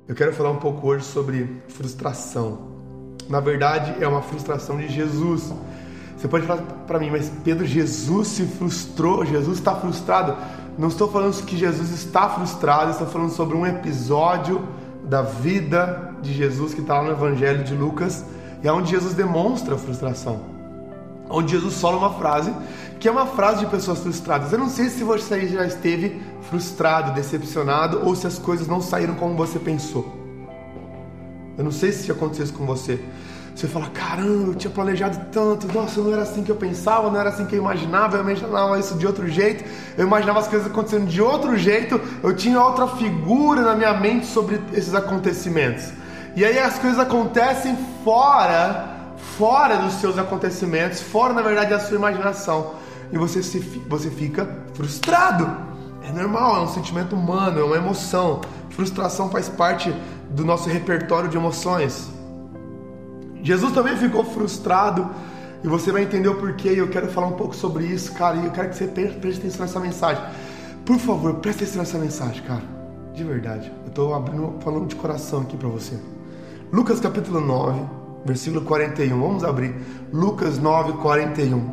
Eu quero falar um pouco hoje sobre frustração. Na verdade, é uma frustração de Jesus. Você pode falar para mim, mas Pedro, Jesus se frustrou, Jesus está frustrado. Não estou falando que Jesus está frustrado, estou falando sobre um episódio da vida de Jesus que está lá no Evangelho de Lucas, e é onde Jesus demonstra a frustração. Onde Jesus fala uma frase, que é uma frase de pessoas frustradas. Eu não sei se você já esteve frustrado, decepcionado, ou se as coisas não saíram como você pensou. Eu não sei se isso aconteceu isso com você. Você fala, caramba, eu tinha planejado tanto, nossa, não era assim que eu pensava, não era assim que eu imaginava isso de outro jeito, eu imaginava as coisas acontecendo de outro jeito, eu tinha outra figura na minha mente sobre esses acontecimentos. E aí as coisas acontecem fora dos seus acontecimentos, fora, na verdade, da sua imaginação. E você fica frustrado. É normal, é um sentimento humano, é uma emoção. Frustração faz parte do nosso repertório de emoções. Jesus também ficou frustrado, e você vai entender o porquê, e eu quero falar um pouco sobre isso, cara, e eu quero que você preste atenção nessa mensagem. Por favor, preste atenção nessa mensagem, cara. De verdade. Eu estou falando de coração aqui para você. Lucas capítulo 9, versículo 41. Vamos abrir. Lucas 9, 41.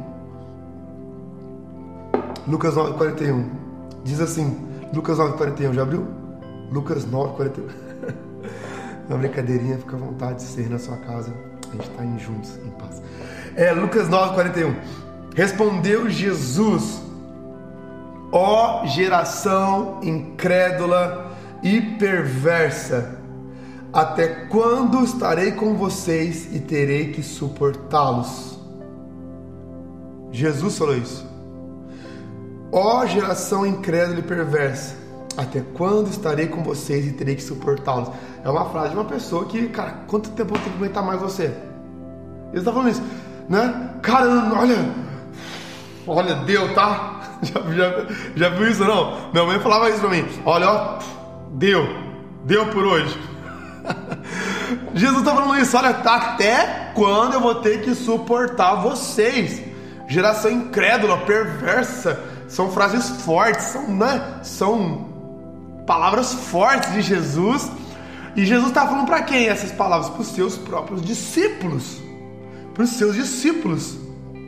Lucas 9, 41. Diz assim. Lucas 9, 41. Já abriu? Lucas 9, 41. Uma brincadeirinha, fica à vontade de ser na sua casa. A gente está indo juntos, em paz. Lucas 9, 41. Respondeu Jesus: ó geração incrédula e perversa, até quando estarei com vocês e terei que suportá-los? Jesus falou isso. Ó geração incrédula e perversa, até quando estarei com vocês e terei que suportá-los? É uma frase de uma pessoa que, cara, quanto tempo eu tenho que aguentar mais você? Ele está falando isso, né? Cara, olha, deu, tá? Já viu isso, não? Minha mãe falava isso pra mim. Olha, ó, deu por hoje. Jesus está falando isso, olha, tá, até quando eu vou ter que suportar vocês? Geração incrédula, perversa, são frases fortes, são palavras fortes de Jesus. E Jesus está falando para quem essas palavras? Para os seus próprios discípulos. Para os seus discípulos.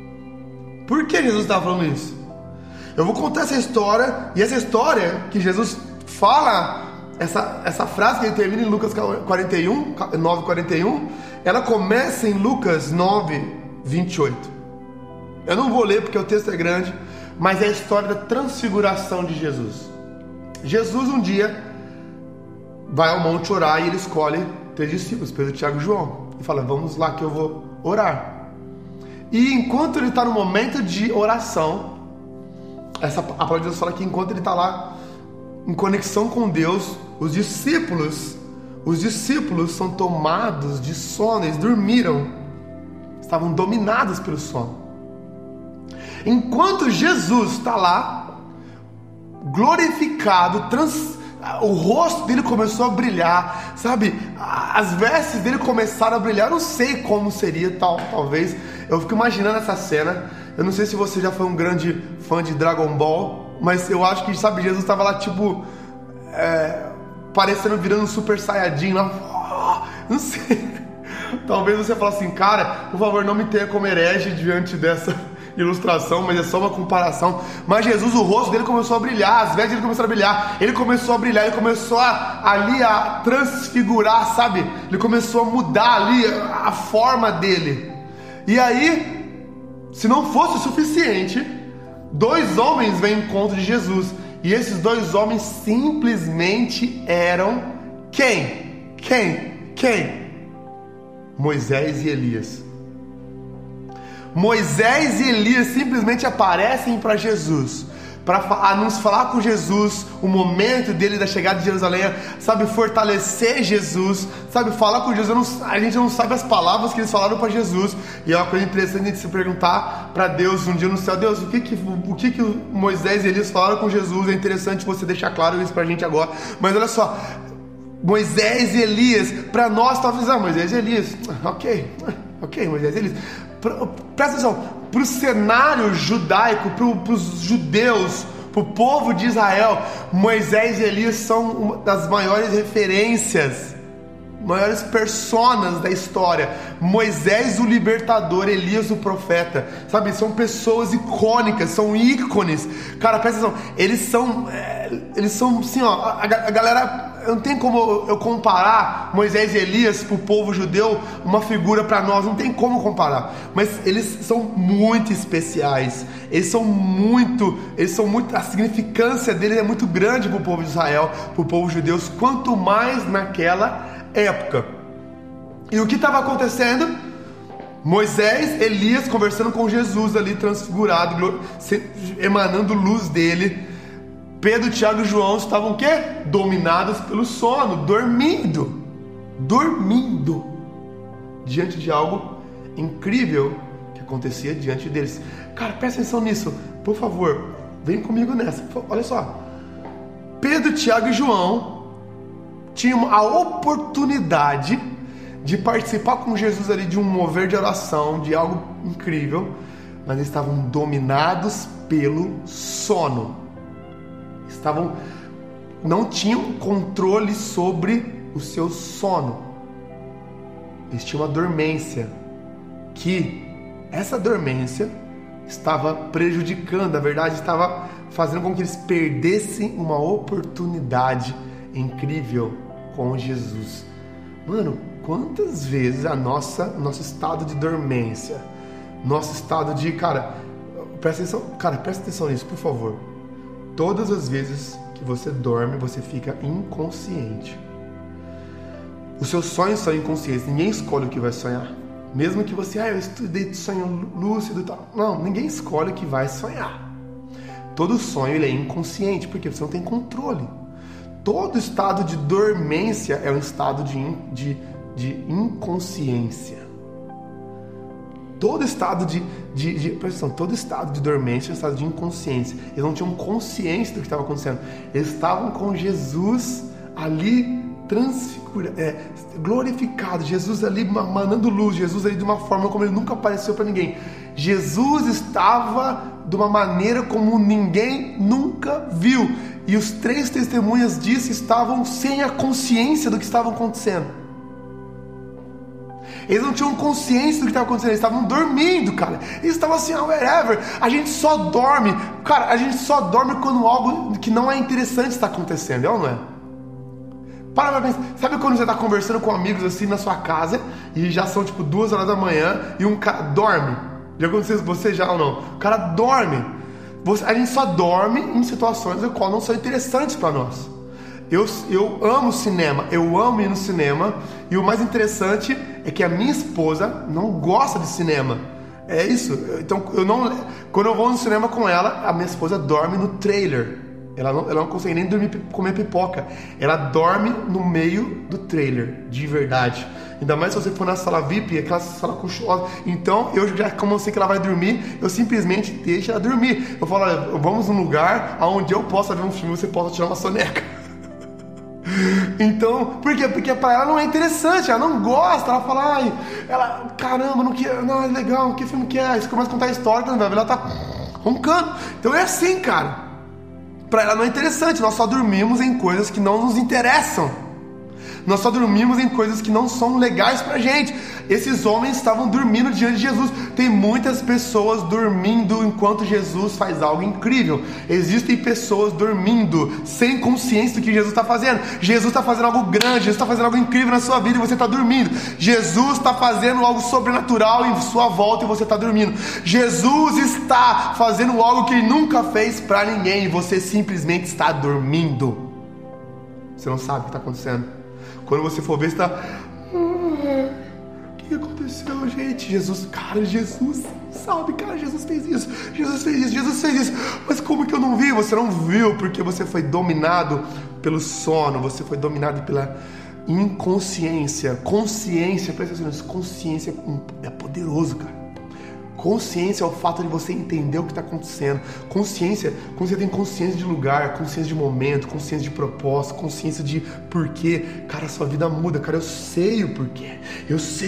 Por que Jesus está falando isso? Eu vou contar essa história. E essa história que Jesus fala, essa frase que ele termina em Lucas 41, 9, 41, ela começa em Lucas 9, 28. Eu não vou ler porque o texto é grande, mas é a história da transfiguração de Jesus. Jesus um dia vai ao monte orar e ele escolhe 3 discípulos, Pedro, Tiago e João, e fala, vamos lá que eu vou orar. E enquanto ele está no momento de oração, a palavra de Deus fala que enquanto ele está lá em conexão com Deus, os discípulos são tomados de sono, eles dormiram, estavam dominados pelo sono. Enquanto Jesus está lá, glorificado, o rosto dele começou a brilhar, sabe? As vestes dele começaram a brilhar. Eu não sei como seria, talvez. Eu fico imaginando essa cena. Eu não sei se você já foi um grande fã de Dragon Ball, mas eu acho que, sabe, Jesus estava lá, tipo, parecendo, virando um Super Saiyajin lá. Não sei. Talvez você fale assim, cara, por favor, não me tenha como herege diante dessa ilustração, mas é só uma comparação. Mas Jesus, o rosto dele começou a brilhar, as vestes dele começaram a brilhar, ele começou ali a transfigurar, sabe? Ele começou a mudar ali a forma dele. E aí, se não fosse o suficiente, 2 homens vêm ao encontro de Jesus, e esses 2 homens simplesmente eram quem? Moisés e Elias. Moisés e Elias simplesmente aparecem para Jesus, para nos falar com Jesus, o momento dele da chegada de Jerusalém, sabe, fortalecer Jesus, sabe, falar com Jesus. A gente não sabe as palavras que eles falaram para Jesus, e é uma coisa interessante de se perguntar para Deus um dia no céu, Deus, o que Moisés e Elias falaram com Jesus? É interessante você deixar claro isso para a gente agora, mas olha só, Moisés e Elias, para nós talvez, Moisés e Elias, ok, Moisés e Elias, presta atenção, para o cenário judaico, para os judeus, para o povo de Israel, Moisés e Elias são uma das maiores referências maiores personas da história. Moisés, o libertador, Elias, o profeta, sabe? São pessoas icônicas, são ícones. Cara, presta atenção, eles são assim, ó, a galera, não tem como eu comparar Moisés e Elias pro povo judeu, uma figura para nós, não tem como comparar, mas eles são muito especiais, eles são muito, a significância deles é muito grande pro povo de Israel, pro povo judeu, quanto mais naquela época. E o que estava acontecendo? Moisés, Elias conversando com Jesus ali transfigurado, emanando luz dele. Pedro, Tiago e João estavam o quê? Dominados pelo sono, dormindo diante de algo incrível que acontecia diante deles. Cara, presta atenção nisso, por favor, vem comigo nessa. Olha só, Pedro, Tiago e João tinham a oportunidade de participar com Jesus ali de um mover de oração, de algo incrível, mas eles estavam dominados pelo sono. Não tinham controle sobre o seu sono. Eles tinham uma dormência, que essa dormência estava prejudicando, na verdade estava fazendo com que eles perdessem uma oportunidade incrível com Jesus. Mano, quantas vezes nosso estado de dormência, nosso estado de, presta atenção nisso, por favor. Todas as vezes que você dorme, você fica inconsciente. Os seus sonhos são inconscientes, ninguém escolhe o que vai sonhar. Mesmo que você, eu estudei sonho lúcido e tal. Não, ninguém escolhe o que vai sonhar. Todo sonho ele é inconsciente, porque você não tem controle. Todo estado de dormência é um estado de inconsciência. Todo estado todo estado de dormência é um estado de inconsciência. Eles não tinham consciência do que estava acontecendo. Eles estavam com Jesus ali glorificado, Jesus ali manando luz, Jesus ali de uma forma como ele nunca apareceu para ninguém. Jesus estava de uma maneira como ninguém nunca viu. E os 3 testemunhas disso estavam sem a consciência do que estava acontecendo. Eles não tinham consciência do que estava acontecendo, eles estavam dormindo, cara. Eles estavam assim, whatever. A gente só dorme, cara, a gente só dorme quando algo que não é interessante está acontecendo, é ou não é? Para pra pensar. Sabe quando você está conversando com amigos assim na sua casa e já são tipo 2 horas da manhã e um cara dorme? Já aconteceu com você já ou não? O cara dorme. A gente só dorme em situações as quais não são interessantes para nós. Eu amo cinema, eu amo ir no cinema, e o mais interessante é que a minha esposa não gosta de cinema. É isso. Então, quando eu vou no cinema com ela, a minha esposa dorme no trailer. Ela não consegue nem dormir, comer pipoca. Ela dorme no meio do trailer, de verdade. Ainda mais se você for na sala VIP, aquela sala luxuosa. Então, como eu sei que ela vai dormir, eu simplesmente deixo ela dormir. Eu falo, olha, vamos num lugar onde eu possa ver um filme e você possa tirar uma soneca. Então, por quê? Porque pra ela não é interessante, ela não gosta, ela fala, caramba, não é legal, que filme que é? Aí você começa a contar a história, quando vai ver, ela tá roncando. Então é assim, cara. Pra ela não é interessante, nós só dormimos em coisas que não nos interessam. Nós só dormimos em coisas que não são legais pra gente. Esses homens estavam dormindo diante de Jesus. Tem muitas pessoas dormindo enquanto Jesus faz algo incrível. Existem pessoas dormindo sem consciência do que Jesus está fazendo. Jesus está fazendo algo grande, Jesus está fazendo algo incrível na sua vida e você está dormindo. Jesus está fazendo algo sobrenatural em sua volta e você está dormindo. Jesus está fazendo algo que ele nunca fez para ninguém e você simplesmente está dormindo. Você não sabe o que está acontecendo. Quando você for ver, você está... O que aconteceu, gente? Jesus sabe, cara, Jesus fez isso. Mas como que eu não vi? Você não viu porque você foi dominado pelo sono. Você foi dominado pela inconsciência. Consciência, presta atenção, consciência é poderoso, cara. Consciência é o fato de você entender o que está acontecendo. Consciência, quando você tem consciência de lugar, consciência de momento, consciência de propósito, consciência de porquê, cara, a sua vida muda, cara, eu sei o porquê. Eles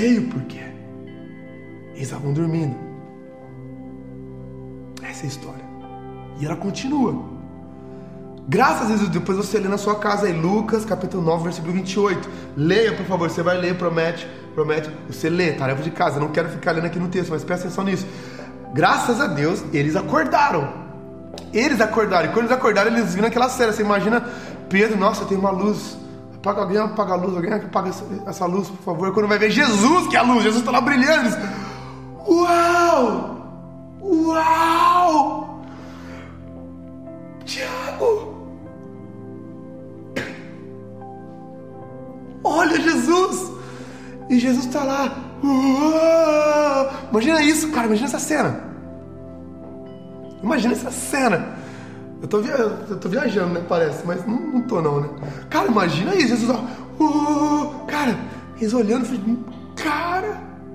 estavam dormindo. Essa é a história. E ela continua. Graças a Jesus. Depois você lê na sua casa aí, Lucas capítulo 9, versículo 28. Leia, por favor, você vai ler, promete, você lê, tarefa de casa. Eu não quero ficar lendo aqui no texto, mas presta atenção nisso. Graças a Deus, eles acordaram. E quando eles acordaram, eles viram aquela cena. Você imagina Pedro, nossa, tem uma luz, alguém apaga a luz, alguém apaga essa luz, por favor. Quando vai ver Jesus, que é a luz, Jesus está lá brilhando, eles, uau, Tiago, olha Jesus, e Jesus está lá, uau. Imagina isso, cara, imagina essa cena. Imagina essa cena. Eu tô viajando, né? Parece, mas não tô não, né? Cara, imagina isso, Jesus, cara, eles olhando, cara,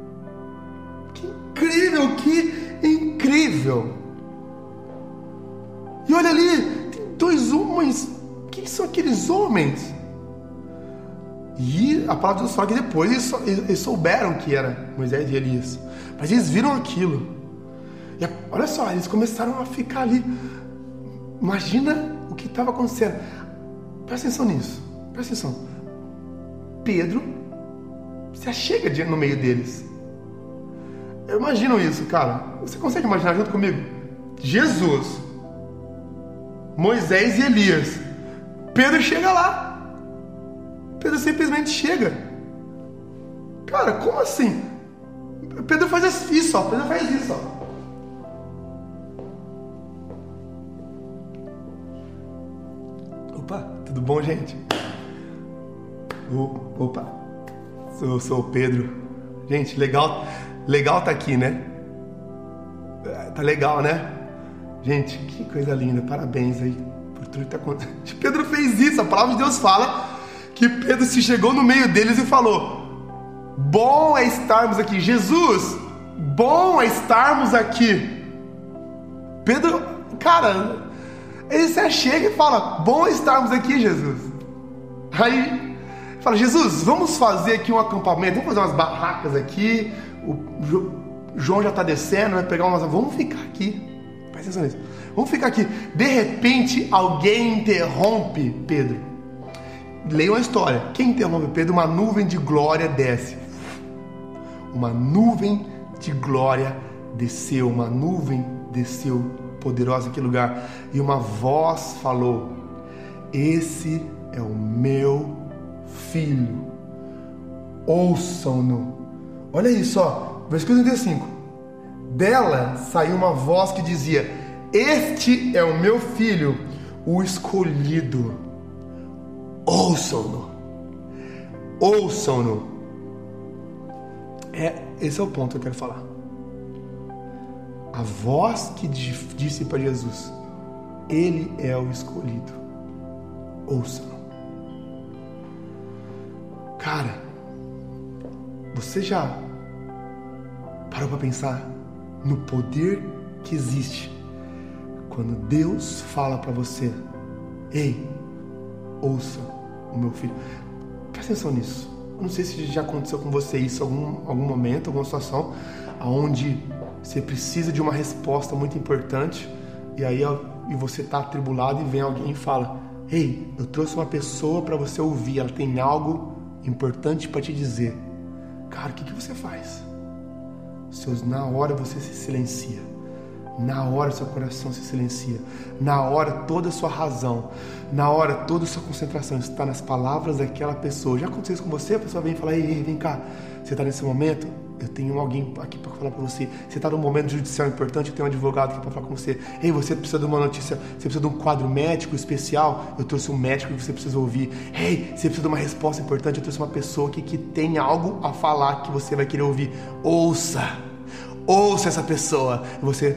que incrível. E olha ali, tem 2 homens. Quem são aqueles homens? E a palavra de Deus fala que depois eles souberam que era Moisés e Elias. Mas eles viram aquilo. E olha só, eles começaram a ficar ali. Imagina o que estava acontecendo. Presta atenção nisso. Presta atenção. Pedro se achega no meio deles. Eu imagino isso, cara. Você consegue imaginar junto comigo? Jesus, Moisés e Elias. Pedro chega lá. Pedro simplesmente chega. Cara, como assim? Pedro faz isso, ó. Pedro faz isso, ó. Opa, tudo bom, gente? Opa, sou o Pedro. Gente, legal tá aqui, né? Tá legal, né? Gente, que coisa linda, parabéns aí por tudo que tá acontecendo. Pedro fez isso, a palavra de Deus fala que Pedro se chegou no meio deles e falou: bom é estarmos aqui, Jesus, bom é estarmos aqui. Pedro, cara, ele se chega e fala: bom estarmos aqui, Jesus. Aí fala: Jesus, vamos fazer aqui um acampamento, vamos fazer umas barracas aqui. O João já está descendo, vai pegar umas. Vamos ficar aqui. Presta atenção nisso. Vamos ficar aqui. De repente, alguém interrompe Pedro. Leiam a história. Quem interrompe Pedro? Uma nuvem de glória desce. Uma nuvem de glória desceu. Uma nuvem desceu poderosa naquele lugar. E uma voz falou: esse é o meu filho, ouçam-no. Olha isso, ó, versículo 35. Dela saiu uma voz que dizia: este é o meu filho, o escolhido, ouçam-no. Ouçam-no. Esse é o ponto que eu quero falar. A voz que disse para Jesus: ele é o escolhido, ouçam-no. Cara, você já parou para pensar no poder que existe quando Deus fala para você: ei, ouça o meu filho? Presta atenção nisso. Eu não sei se já aconteceu com você isso em algum momento, alguma situação onde você precisa de uma resposta muito importante e você está atribulado e vem alguém e fala: ei, eu trouxe uma pessoa para você ouvir, ela tem algo importante para te dizer. Cara, o que você faz? Na hora você se silencia. Na hora seu coração se silencia. Na hora toda a sua razão, na hora toda a sua concentração está nas palavras daquela pessoa. Já aconteceu isso com você? A pessoa vem e fala: ei, vem cá, você está nesse momento? Eu tenho alguém aqui para falar para você. Você está num momento judicial importante, eu tenho um advogado aqui para falar com você. Ei, você precisa de uma notícia, você precisa de um quadro médico especial, eu trouxe um médico que você precisa ouvir. Ei, você precisa de uma resposta importante, eu trouxe uma pessoa aqui que tem algo a falar que você vai querer ouvir. Ouça essa pessoa. E você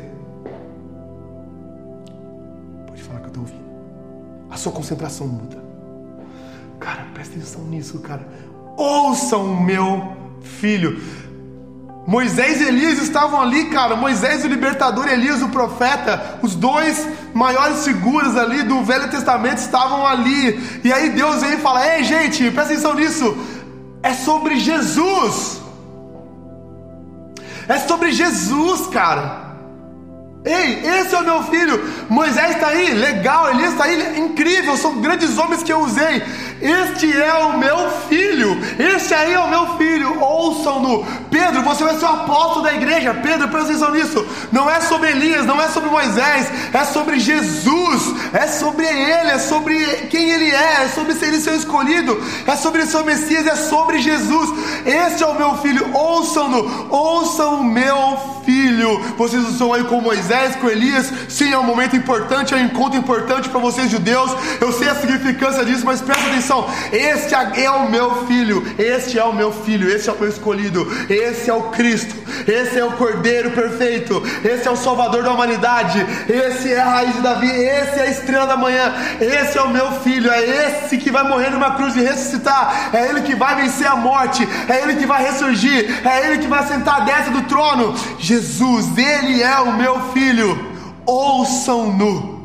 pode falar que eu estou ouvindo. A sua concentração muda. Cara, presta atenção nisso, cara. Ouçam o meu filho. Moisés e Elias estavam ali, cara. Moisés, o libertador, Elias, o profeta. Os dois maiores figuras ali do Velho Testamento estavam ali. E aí Deus vem e fala: ei, gente, presta atenção nisso. É sobre Jesus. É sobre Jesus, cara. Ei, esse é o meu filho. Moisés está aí, legal. Elias está aí, incrível. São grandes homens que eu usei. Este é o meu filho. Este aí é o meu filho. Ouçam-no. Pedro, você vai ser o apóstolo da igreja. Pedro, presta atenção nisso. Não é sobre Elias, não é sobre Moisés. É sobre Jesus. É sobre ele, é sobre quem ele é sobre ser ele seu escolhido. É sobre seu Messias, é sobre Jesus. Este é o meu filho. Ouçam-no. Ouçam o meu filho. Vocês estão aí com Moisés, com Elias. Sim, é um momento importante, é um encontro importante para vocês judeus. Eu sei a significância disso, mas presta atenção. Este é o meu filho. Este é o meu filho. Este é o meu escolhido. Esse é o Cristo. Esse é o Cordeiro perfeito. Esse é o Salvador da humanidade. Esse é a raiz de Davi. Esse é a estrela da manhã. Esse é o meu filho. É esse que vai morrer numa cruz e ressuscitar. É ele que vai vencer a morte. É ele que vai ressurgir. É ele que vai sentar à destra do trono. Jesus, ele é o meu filho. Ouçam-no.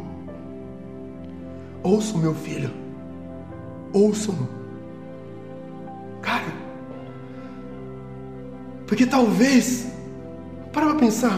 Ouçam meu filho. Ouçam-no. Cara, porque talvez, para pra pensar,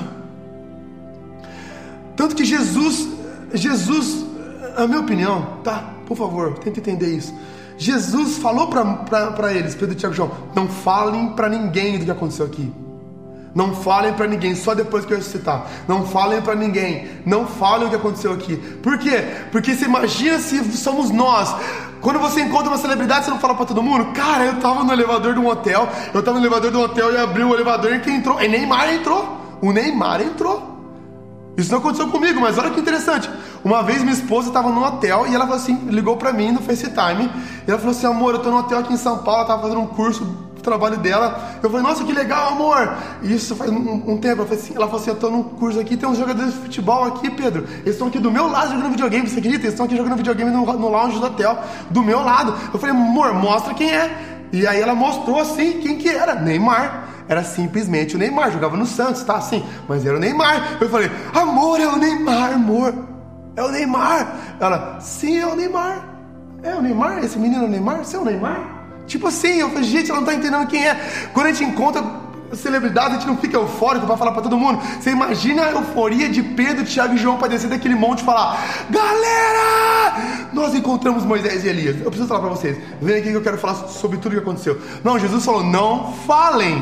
tanto que Jesus, a minha opinião, tá? Por favor, tenta entender isso. Jesus falou para eles, Pedro, Tiago e João, não falem para ninguém do que aconteceu aqui. Não falem para ninguém, só depois que eu ressuscitar. Não falem para ninguém. Não falem o que aconteceu aqui. Por quê? Porque você imagina se somos nós. Quando você encontra uma celebridade, você não fala para todo mundo? Cara, eu tava no elevador de um hotel. E abriu o elevador e quem entrou? E Neymar entrou. O Neymar entrou. Isso não aconteceu comigo, mas olha que interessante. Uma vez minha esposa estava no hotel e ela falou assim, ligou para mim no FaceTime. E ela falou assim, amor, eu tô no hotel aqui em São Paulo, ela tava fazendo um curso trabalho dela. Eu falei, nossa, que legal, amor. E isso faz um tempo. Ela falou assim, eu tô num curso aqui, tem uns jogadores de futebol aqui, Pedro. Eles estão aqui do meu lado jogando videogame, você acredita? Eles estão aqui jogando videogame no lounge do hotel, do meu lado. Eu falei, amor, mostra quem é. E aí ela mostrou assim, quem que era? Neymar. Era simplesmente o Neymar, jogava no Santos, tá? Assim, mas era o Neymar. Eu falei, amor, é o Neymar, amor. É o Neymar. Ela, sim, é o Neymar. É o Neymar? Esse menino é o Neymar? Você é o Neymar? Tipo assim, eu falei, gente, ela não tá entendendo quem é. Quando a gente encontra celebridade, a gente não fica eufórico pra falar pra todo mundo. Você imagina a euforia de Pedro, Tiago e João pra descer daquele monte e falar, galera, nós encontramos Moisés e Elias. Eu preciso falar pra vocês, vem aqui que eu quero falar sobre tudo o que aconteceu. Não, Jesus falou, não falem.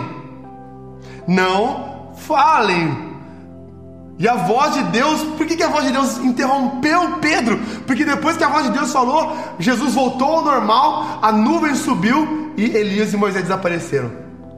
Não falem. E a voz de Deus, por que a voz de Deus interrompeu Pedro? Porque depois que a voz de Deus falou, Jesus voltou ao normal, a nuvem subiu e Elias e Moisés desapareceram.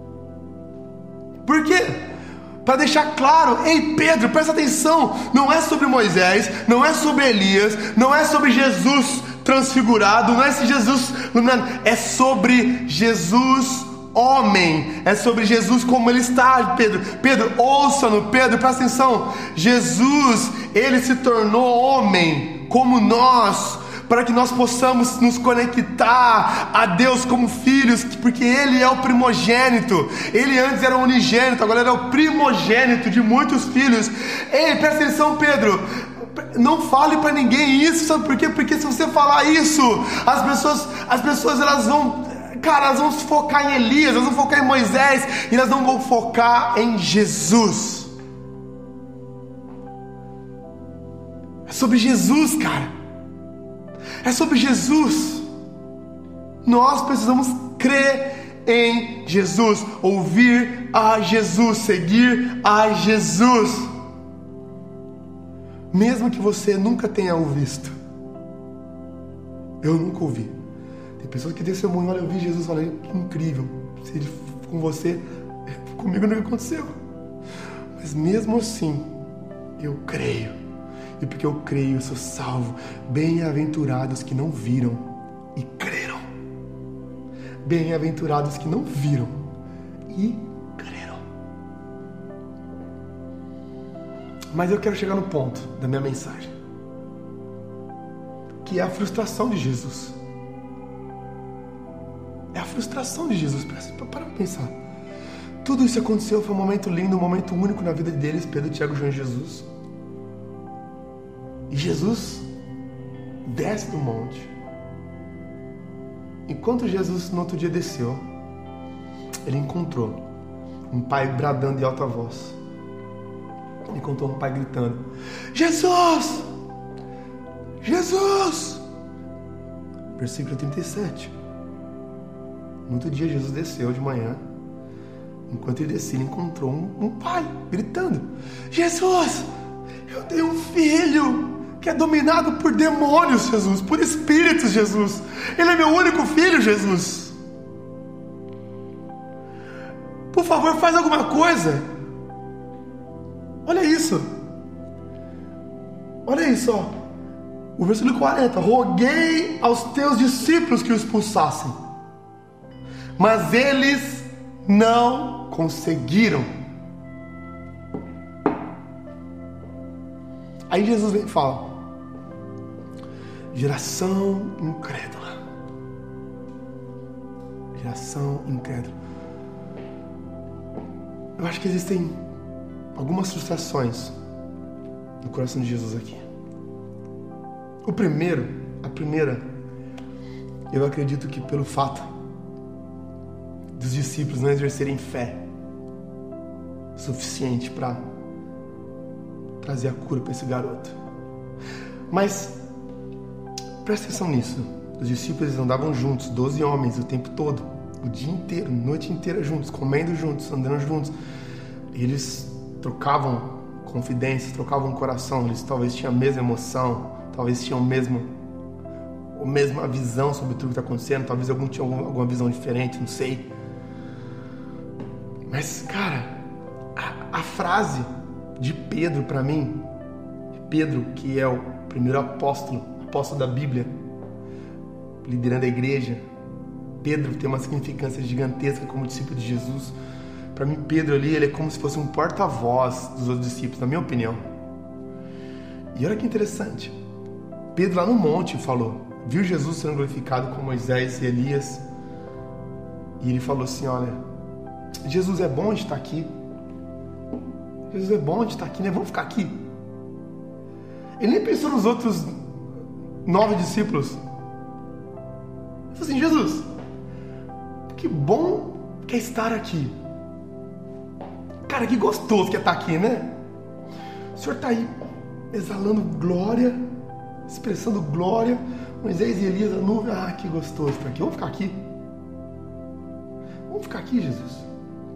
Por quê? Para deixar claro, ei Pedro, presta atenção, não é sobre Moisés, não é sobre Elias, não é sobre Jesus transfigurado, não é sobre Jesus iluminado, é sobre Jesus homem, é sobre Jesus como ele está, Pedro, ouça-no, Pedro, presta atenção, Jesus, ele se tornou homem, como nós, para que nós possamos nos conectar a Deus como filhos, porque ele é o primogênito, ele antes era o unigênito, agora ele é o primogênito de muitos filhos. Ei, presta atenção, Pedro, não fale para ninguém isso, sabe por quê? Porque se você falar isso, as pessoas elas vão, cara, elas vão se focar em Elias, elas vão focar em Moisés, e elas não vão focar em Jesus. É sobre Jesus, cara. É sobre Jesus. Nós precisamos crer em Jesus, ouvir a Jesus, seguir a Jesus, mesmo que você nunca tenha o visto. Eu nunca ouvi. Tem pessoas que testemunham, olha, eu vi Jesus, falei, que incrível, se ele com você, comigo nunca aconteceu, mas mesmo assim, eu creio, e porque eu creio, eu sou salvo. Bem-aventurados que não viram e creram. Bem-aventurados que não viram e creram. Mas eu quero chegar no ponto da minha mensagem, que é a frustração de Jesus. É a frustração de Jesus. Para pensar. Tudo isso aconteceu, foi um momento lindo, um momento único na vida deles, Pedro, Tiago, João e Jesus. E Jesus desce do monte. Enquanto Jesus no outro dia desceu, ele encontrou um pai bradando em alta voz: Me contou um pai gritando: Jesus! Jesus! Versículo 37. No outro dia Jesus desceu de manhã. Enquanto ele descia, ele encontrou um pai gritando: Jesus! Eu tenho um filho que é dominado por demônios, Jesus, por espíritos, Jesus. Ele é meu único filho, Jesus. Por favor, faz alguma coisa. Olha isso. Olha isso, ó. O versículo 40. Roguei aos teus discípulos que o expulsassem, mas eles não conseguiram. Aí Jesus vem e fala: geração incrédula. Geração incrédula. Eu acho que existem algumas frustrações no coração de Jesus aqui. A primeira, eu acredito que pelo fato dos discípulos não exercerem fé suficiente para trazer a cura para esse garoto. Mas presta atenção nisso. Os discípulos eles andavam juntos, 12 homens o tempo todo, o dia inteiro, noite inteira juntos, comendo juntos, andando juntos. Eles trocavam confidências, trocavam coração. Eles talvez tinham a mesma emoção, talvez tinham a mesma visão sobre tudo que está acontecendo. Talvez algum tinha alguma visão diferente, não sei. Mas, cara, a frase de Pedro para mim, Pedro, que é o primeiro apóstolo da Bíblia, liderando a igreja. Pedro tem uma significância gigantesca como discípulo de Jesus. Para mim, Pedro ali, ele é como se fosse um porta-voz dos outros discípulos, na minha opinião. E olha que interessante. Pedro lá no monte falou, viu Jesus sendo glorificado com Moisés e Elias. E ele falou assim: olha, Jesus, é bom de estar aqui. Jesus, é bom de estar aqui, né? Vamos ficar aqui. Ele nem pensou nos outros 9 discípulos. Ele falou assim: Jesus, que bom que é estar aqui. Cara, que gostoso que é estar aqui, né? O Senhor está aí exalando glória, expressando glória. Moisés e Elias, a nuvem. Ah, que gostoso estar aqui. Vamos ficar aqui. Vamos ficar aqui, Jesus.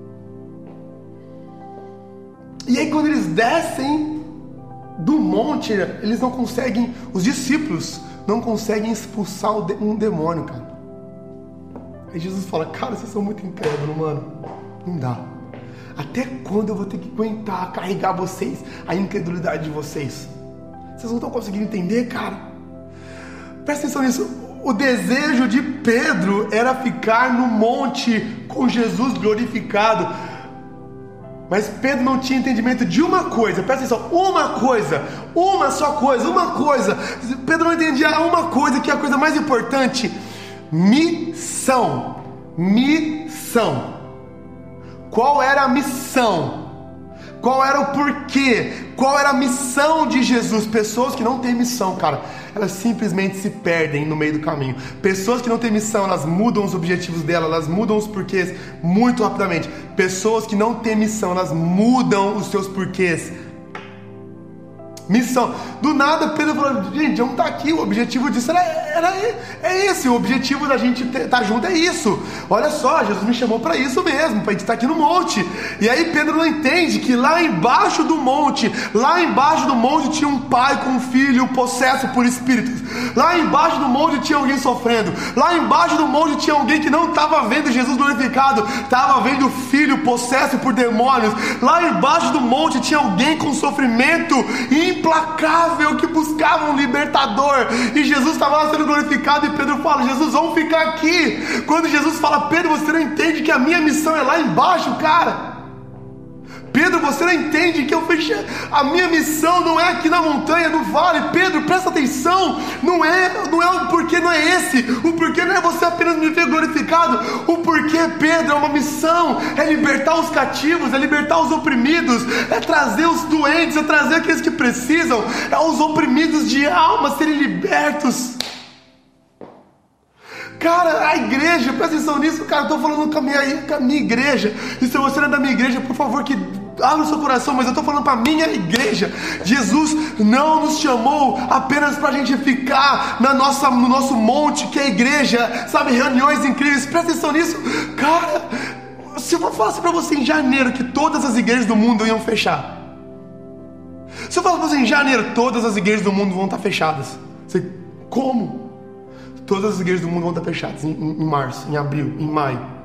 E aí quando eles descem do monte, eles não conseguem, os discípulos não conseguem expulsar um demônio, cara. Aí Jesus fala: cara, vocês são muito incrédulos, mano. Não dá. Até quando eu vou ter que aguentar, carregar vocês, a incredulidade de vocês? Vocês não estão conseguindo entender, cara? Presta atenção nisso. O desejo de Pedro era ficar no monte com Jesus glorificado. Mas Pedro não tinha entendimento de uma coisa. Presta atenção, uma só coisa. Pedro não entendia uma coisa, que é a coisa mais importante: missão. Qual era a missão? Qual era o porquê? Qual era a missão de Jesus? Pessoas que não têm missão, cara, elas simplesmente se perdem no meio do caminho. Pessoas que não têm missão, elas mudam os objetivos dela, elas mudam os porquês muito rapidamente. Pessoas que não têm missão, elas mudam os seus porquês. Missão. Do nada Pedro falou: gente, vamos estar aqui. O objetivo disso é esse. O objetivo da gente estar junto é isso. Olha só, Jesus me chamou para isso mesmo, para a gente estar aqui no monte. E aí Pedro não entende que lá embaixo do monte tinha um pai com um filho possesso por espíritos. Lá embaixo do monte tinha alguém sofrendo. Lá embaixo do monte tinha alguém que não estava vendo Jesus glorificado, estava vendo o filho possesso por demônios. Lá embaixo do monte tinha alguém com sofrimento implacável que buscava um libertador. E Jesus estava lá sendo glorificado. E Pedro fala: Jesus, vamos ficar aqui. Quando Jesus fala: Pedro, você não entende que a minha missão é lá embaixo, cara. Pedro, você não entende que a minha missão não é aqui na montanha, no vale. Pedro, presta atenção. Não é o porquê, não é esse. O porquê não é você apenas me ver glorificado. O porquê, Pedro, é uma missão. É libertar os cativos, é libertar os oprimidos, é trazer os doentes, é trazer aqueles que precisam, é os oprimidos de alma serem libertos. Cara, a igreja, presta atenção nisso, cara. Eu tô falando com a minha igreja. E se você não é da minha igreja, por favor, que abre o seu coração, mas eu estou falando para a minha igreja. Jesus não nos chamou apenas para a gente ficar no nosso monte, que é a igreja, sabe, reuniões incríveis. Presta atenção nisso, cara. Se eu falasse para você em janeiro que todas as igrejas do mundo iam fechar, se eu falasse para você em janeiro, todas as igrejas do mundo vão estar fechadas, você, como? Todas as igrejas do mundo vão estar fechadas em março, em abril, em maio.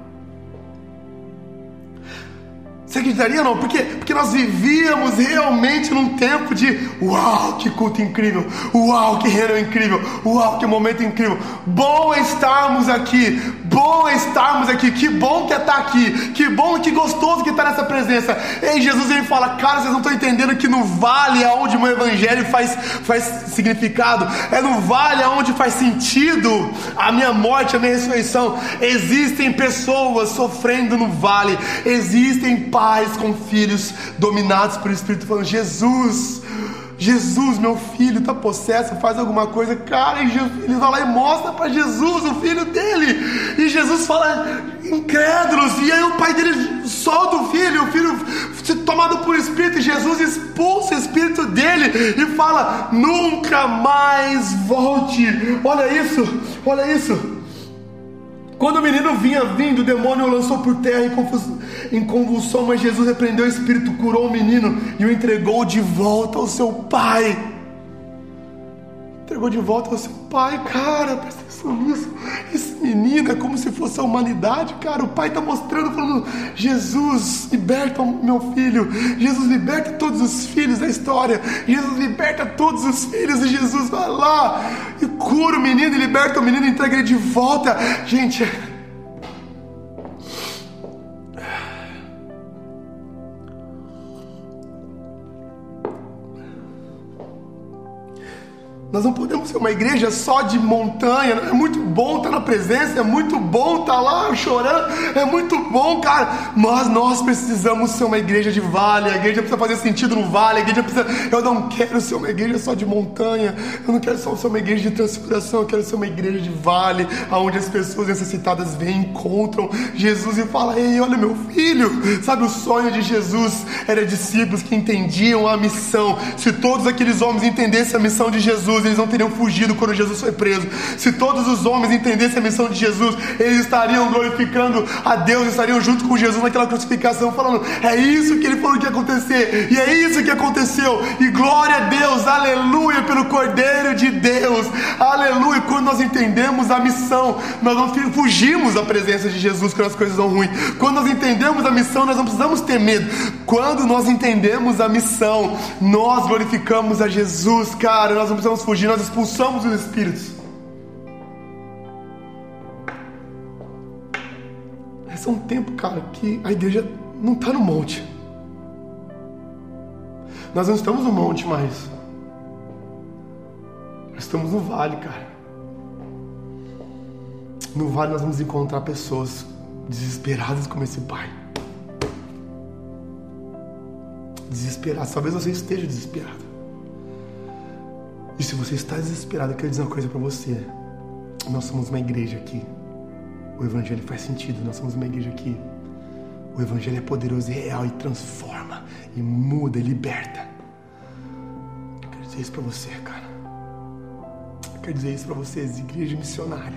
Você acreditaria ou não? Porque nós vivíamos realmente num tempo de uau, que culto incrível, uau, que reino incrível, uau, que momento incrível. Bom estarmos aqui, que bom que é estar aqui, que bom, que gostoso que está nessa presença. E Jesus, ele fala, cara, vocês não estão entendendo que no vale aonde o meu evangelho faz significado, é no vale aonde faz sentido a minha morte, a minha ressurreição. Existem pessoas sofrendo no vale, existem pais com filhos dominados pelo Espírito falando, Jesus, meu filho está possesso, faz alguma coisa, cara, e ele vai lá e mostra para Jesus o filho dele, e Jesus fala, incrédulos, e aí o pai dele solta o filho se tomado por espírito, e Jesus expulsa o espírito dele, e fala, nunca mais volte. Olha isso, quando o menino vinha vindo, o demônio o lançou por terra em convulsão, mas Jesus repreendeu o espírito, curou o menino e o entregou de volta ao seu pai. Entregou de volta ao seu pai, cara, presta atenção nisso. Esse menino é como se fosse a humanidade, cara. O pai está mostrando, falando, Jesus, liberta o meu filho. Jesus, liberta todos os filhos da história. Jesus, liberta todos os filhos. E Jesus vai lá e cura o menino, e liberta o menino e entrega ele de volta. Gente, nós não podemos ser uma igreja só de montanha. É muito bom estar na presença, é muito bom estar lá chorando, é muito bom, cara, mas nós precisamos ser uma igreja de vale. A igreja precisa fazer sentido no vale. A igreja precisa... Eu não quero ser uma igreja só de montanha, eu não quero só ser uma igreja de transfiguração, eu quero ser uma igreja de vale, onde as pessoas necessitadas vêm, encontram Jesus e falam, ei, olha meu filho. Sabe, o sonho de Jesus era discípulos que entendiam a missão. Se todos aqueles homens entendessem a missão de Jesus, eles não teriam fugido quando Jesus foi preso. Se todos os homens entendessem a missão de Jesus, eles estariam glorificando a Deus, estariam junto com Jesus naquela crucificação, falando, é isso que ele falou que ia acontecer, e é isso que aconteceu, e glória a Deus, aleluia, pelo Cordeiro de Deus, aleluia. Quando nós entendemos a missão, nós não fugimos da presença de Jesus quando as coisas vão ruins. Quando nós entendemos a missão, nós não precisamos ter medo. Quando nós entendemos a missão, nós glorificamos a Jesus, cara. Nós não precisamos fugir, nós expulsamos os espíritos. Esse é um tempo, cara, que a igreja não está no monte. Nós não estamos no monte mais. Nós estamos no vale, cara. No vale nós vamos encontrar pessoas desesperadas como esse pai. Desesperadas. Talvez você esteja desesperado. E se você está desesperado, eu quero dizer uma coisa para você. Nós somos uma igreja aqui. O evangelho faz sentido. Nós somos uma igreja aqui. O evangelho é poderoso e real e transforma, e muda, e liberta. Eu quero dizer isso para você, cara. Eu quero dizer isso para vocês, igreja missionária.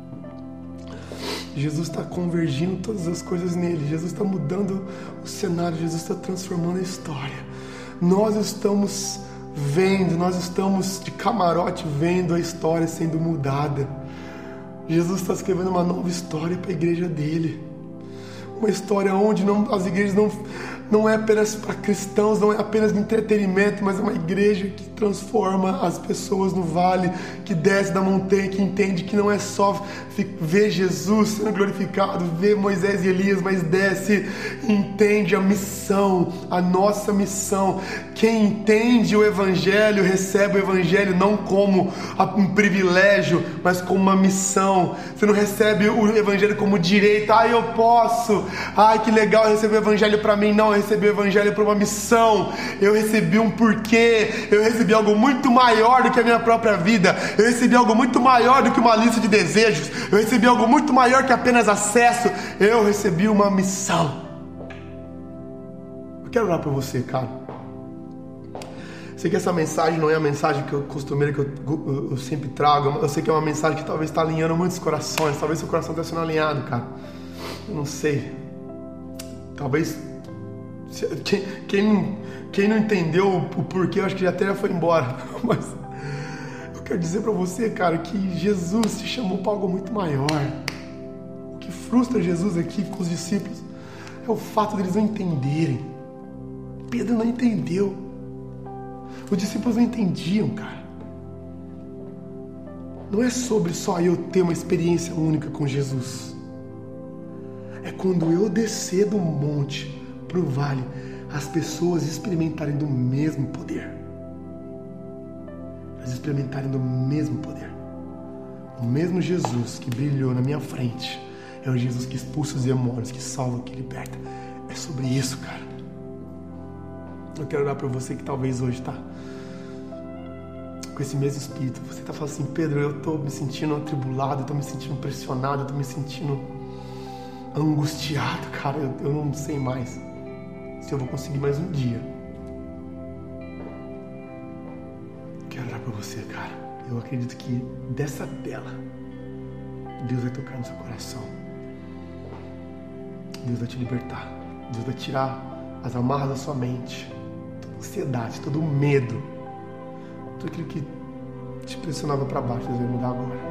Jesus está convergindo todas as coisas nele. Jesus está mudando o cenário. Jesus está transformando a história. Nós estamos vendo, nós estamos de camarote vendo a história sendo mudada. Jesus está escrevendo uma nova história para a igreja dele. Uma história onde as igrejas não é apenas para cristãos, não é apenas de entretenimento, mas é uma igreja que transforma as pessoas no vale, que desce da montanha, que entende que não é só ver Jesus sendo glorificado, ver Moisés e Elias, mas desce e entende a missão, a nossa missão. Quem entende o evangelho recebe o evangelho não como um privilégio, mas como uma missão. Você não recebe o evangelho como direito, eu posso, que legal, eu recebi o evangelho para mim. Não, eu recebi o evangelho para uma missão. Eu recebi um porquê. Eu recebi algo muito maior do que a minha própria vida. Eu recebi algo muito maior do que uma lista de desejos. Eu recebi algo muito maior que apenas acesso. Eu recebi uma missão. Eu quero orar por você, cara. Sei que essa mensagem não é a mensagem que eu costumeira, que eu sempre trago. Eu sei que é uma mensagem que talvez está alinhando muitos corações. Talvez seu coração esteja sendo alinhado, cara. Eu não sei. Talvez quem não entendeu o porquê, eu acho que até já foi embora. Mas eu quero dizer para você, cara, que Jesus te chamou para algo muito maior. O que frustra Jesus aqui com os discípulos é o fato deles não entenderem. Pedro não entendeu. Os discípulos não entendiam, cara. Não é sobre só eu ter uma experiência única com Jesus. É quando eu descer do monte pro vale, as pessoas experimentarem do mesmo poder. Elas experimentarem do mesmo poder. O mesmo Jesus que brilhou na minha frente é o Jesus que expulsa os demônios, que salva, que liberta. É sobre isso, cara. Eu quero orar por você que talvez hoje tá com esse mesmo espírito. Você tá falando assim: Pedro, eu tô me sentindo atribulado, eu tô me sentindo pressionado, eu tô me sentindo angustiado, cara. Eu não sei mais se eu vou conseguir mais um dia. Quero orar por você, cara. Eu acredito que dessa tela Deus vai tocar no seu coração. Deus vai te libertar. Deus vai tirar as amarras da sua mente, toda ansiedade, todo medo, tudo aquilo que te pressionava para baixo. Deus vai mudar agora.